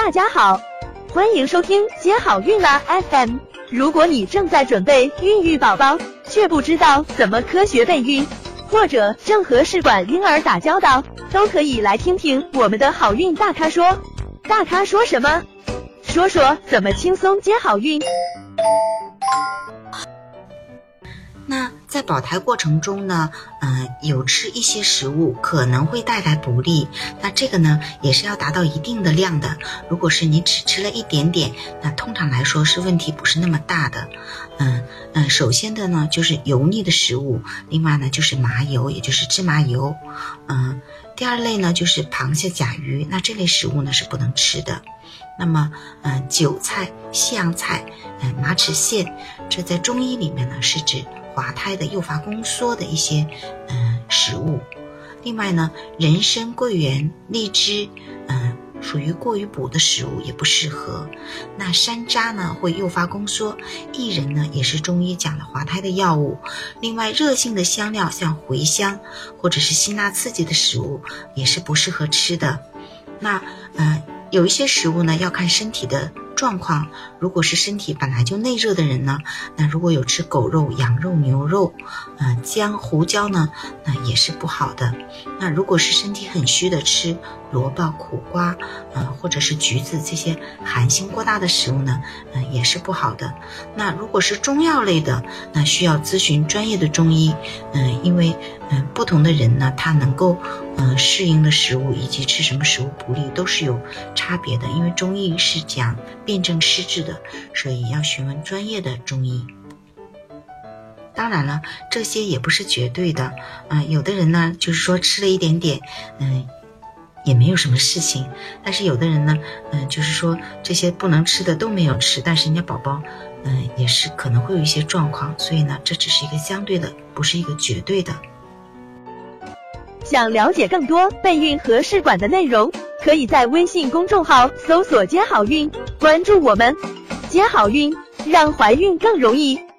大家好，欢迎收听接好运啦 FM。如果你正在准备孕育宝宝，却不知道怎么科学备孕，或者正和试管婴儿打交道，都可以来听听我们的好运大咖说。大咖说什么？说说怎么轻松接好运。 那在保胎过程中呢，有吃一些食物可能会带来不利，那这个呢也是要达到一定的量的。如果是你只吃了一点点，那通常来说是问题不是那么大的。首先的呢就是油腻的食物，另外呢就是麻油，也就是芝麻油。第二类呢就是螃蟹、甲鱼，那这类食物呢是不能吃的。那么韭菜、西洋菜、马齿苋，这在中医里面呢是指滑胎的诱发宫缩的一些食物。另外呢，人参、桂圆、荔枝属于过于补的食物，也不适合。那山楂呢会诱发宫缩，薏仁呢也是中医讲的滑胎的药物。另外热性的香料像茴香或者是辛辣刺激的食物也是不适合吃的。那有一些食物呢要看身体的状况，如果是身体本来就内热的人呢，那如果有吃狗肉、羊肉、牛肉、姜、胡椒呢，那也是不好的。那如果是身体很虚的，吃萝卜、苦瓜或者是橘子这些寒性过大的食物呢，也是不好的。那如果是中药类的，那需要咨询专业的中医，因为不同的人呢，他能够适应的食物以及吃什么食物不利都是有差别的，因为中医是讲辨证施治的，所以要询问专业的中医。当然了，这些也不是绝对的，有的人呢就是说吃了一点点也没有什么事情，但是有的人呢就是说这些不能吃的都没有吃，但是人家宝宝也是可能会有一些状况，所以呢这只是一个相对的，不是一个绝对的。 想了解更多备孕和试管的内容，可以在微信公众号搜索接好运，关注我们，接好运，让怀孕更容易。